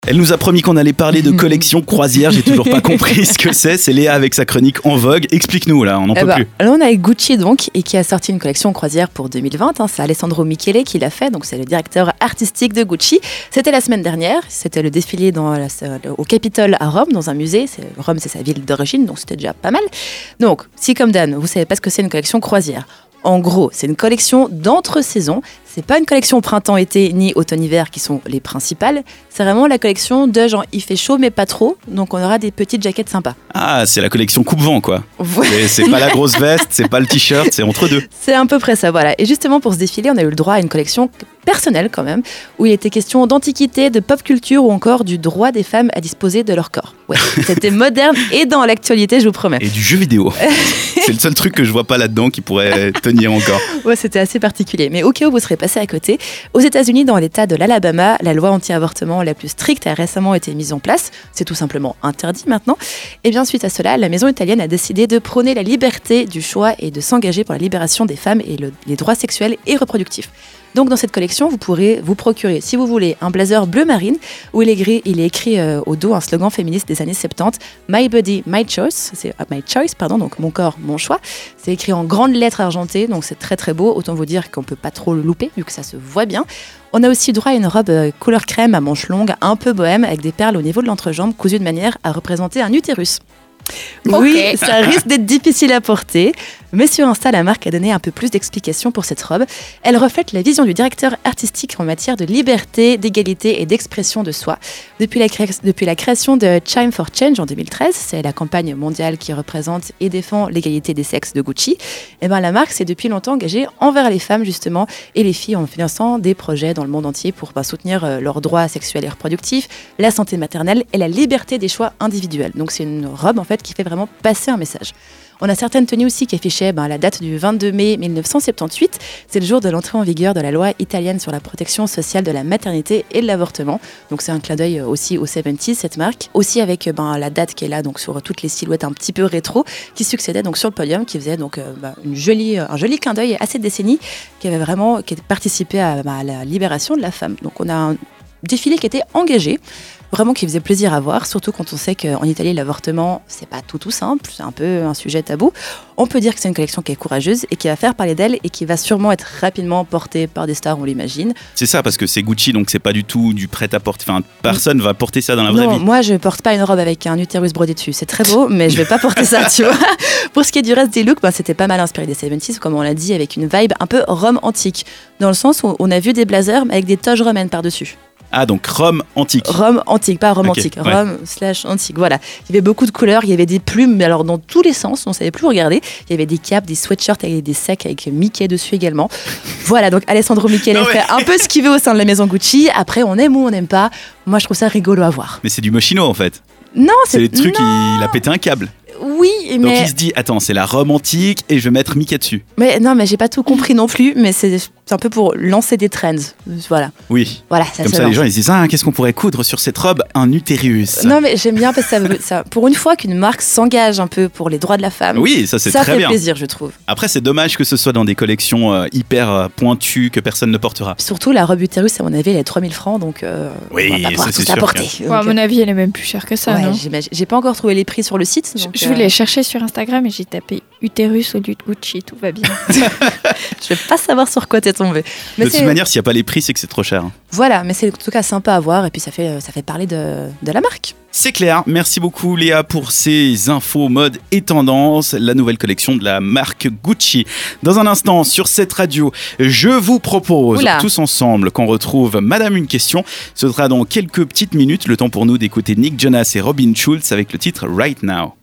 Elle nous a promis qu'on allait parler de collection croisière. J'ai toujours pas compris ce que c'est. C'est Léa avec sa chronique En Vogue. Explique-nous là, on n'en peut plus. Là, on a Gucci donc, et qui a sorti une collection croisière pour 2020. C'est Alessandro Michele qui l'a fait. Donc c'est le directeur artistique de Gucci. C'était la semaine dernière. C'était le défilé au Capitole à Rome, dans un musée. Rome, c'est sa ville d'origine, donc c'était déjà pas mal. Donc, si comme Dan, vous savez pas ce que c'est une collection croisière. En gros, c'est une collection d'entre-saisons. C'est pas une collection printemps-été ni automne-hiver qui sont les principales. C'est vraiment la collection de genre il fait chaud mais pas trop. Donc on aura des petites jaquettes sympas. Ah, c'est la collection coupe-vent quoi. Ouais. C'est pas la grosse veste, c'est pas le t-shirt, c'est entre deux. C'est à peu près ça, voilà. Et justement pour ce défilé, on a eu le droit à une collection personnelle quand même, où il était question d'antiquité, de pop culture ou encore du droit des femmes à disposer de leur corps. Ouais, c'était moderne et dans l'actualité, je vous promets. Et du jeu vidéo. C'est le seul truc que je vois pas là-dedans qui pourrait tenir encore. Ouais, c'était assez particulier. Mais au cas où vous serez passé à côté, aux États-Unis, dans l'État de l'Alabama, la loi anti-avortement la plus stricte a récemment été mise en place. C'est tout simplement interdit maintenant. Et bien suite à cela, la maison italienne a décidé de prôner la liberté du choix et de s'engager pour la libération des femmes et les droits sexuels et reproductifs. Donc dans cette collection, vous pourrez vous procurer, si vous voulez, un blazer bleu marine où il est écrit au dos un slogan féministe des années 70, My Body, My Choice, donc mon corps, mon choix. C'est écrit en grandes lettres argentées, donc c'est très très beau. Autant vous dire qu'on peut pas trop le louper, vu que ça se voit bien. On a aussi droit à une robe couleur crème à manches longues, un peu bohème, avec des perles au niveau de l'entrejambe, cousues de manière à représenter un utérus. Oui, okay. Ça risque d'être difficile à porter, mais sur Insta, la marque a donné un peu plus d'explications pour cette robe. Elle reflète la vision du directeur artistique en matière de liberté, d'égalité et d'expression de soi. Depuis la création de Chime for Change en 2013, c'est la campagne mondiale qui représente et défend l'égalité des sexes de Gucci, et la marque s'est depuis longtemps engagée envers les femmes justement et les filles en finançant des projets dans le monde entier pour soutenir leurs droits sexuels et reproductifs, la santé maternelle et la liberté des choix individuels. Donc c'est une robe en fait qui fait vraiment passer un message. On a certaines tenues aussi qui affichaient la date du 22 mai 1978. C'est le jour de l'entrée en vigueur de la loi italienne sur la protection sociale de la maternité et de l'avortement. Donc c'est un clin d'œil aussi aux 70s, cette marque. Aussi avec la date qui est là donc sur toutes les silhouettes un petit peu rétro qui succédaient donc sur le podium, qui faisait donc un joli clin d'œil à cette décennie qui participé à la libération de la femme. Donc on a un défilé qui était engagé, vraiment qui faisait plaisir à voir, surtout quand on sait qu'en Italie, l'avortement, c'est pas tout simple, c'est un peu un sujet tabou. On peut dire que c'est une collection qui est courageuse et qui va faire parler d'elle et qui va sûrement être rapidement portée par des stars, on l'imagine. C'est ça, parce que c'est Gucci, donc c'est pas du tout du prêt-à-porter. Enfin, personne va porter ça dans la vraie vie. Moi, je porte pas une robe avec un utérus brodé dessus. C'est très beau, mais je vais pas porter ça, tu vois. Pour ce qui est du reste des looks, c'était pas mal inspiré des 70s, comme on l'a dit, avec une vibe un peu Rome antique, dans le sens où on a vu des blazers avec des toges romaines par-dessus. Ah, donc Rome antique. Rome antique, pas Rome antique. Ouais. Rome/antique, voilà. Il y avait beaucoup de couleurs, il y avait des plumes, mais alors dans tous les sens, on ne savait plus où regarder. Il y avait des capes, des sweatshirts avec des sacs avec Mickey dessus également. Voilà, donc Alessandro Michele fait un peu ce qu'il veut au sein de la maison Gucci. Après, on aime ou on n'aime pas. Moi, je trouve ça rigolo à voir. Mais c'est du Moschino, en fait. Non, c'est les trucs, il a pété un câble. Oui, mais... Donc il se dit, attends, c'est la Rome antique et je vais mettre Mickey dessus. Mais non, mais j'ai pas tout compris non plus, mais c'est un peu pour lancer des trends, voilà. Oui, voilà, comme ça les gens ils se disent, qu'est-ce qu'on pourrait coudre sur cette robe? Un utérus. Non mais j'aime bien parce que ça, pour une fois qu'une marque s'engage un peu pour les droits de la femme. Oui, ça c'est très bien. Ça fait plaisir, je trouve. Après c'est dommage que ce soit dans des collections hyper pointues que personne ne portera. Surtout la robe utérus, à mon avis, elle est 3000 francs, donc oui, on va pas pouvoir ça, tout ça porter. Donc, à mon avis, elle est même plus chère que ça, non? J'ai pas encore trouvé les prix sur le site. Donc, je voulais chercher sur Instagram et j'ai tapé utérus au lieu de Gucci, tout va bien. Je vais pas savoir sur quoi t'es tombé. Mais de toute manière, s'il n'y a pas les prix, c'est que c'est trop cher. Voilà, mais c'est en tout cas sympa à voir et puis ça fait parler de la marque. C'est clair. Merci beaucoup Léa pour ces infos mode et tendance, la nouvelle collection de la marque Gucci. Dans un instant, sur cette radio, je vous propose tous ensemble qu'on retrouve Madame une question. Ce sera dans quelques petites minutes, le temps pour nous d'écouter Nick Jonas et Robin Schulz avec le titre Right Now.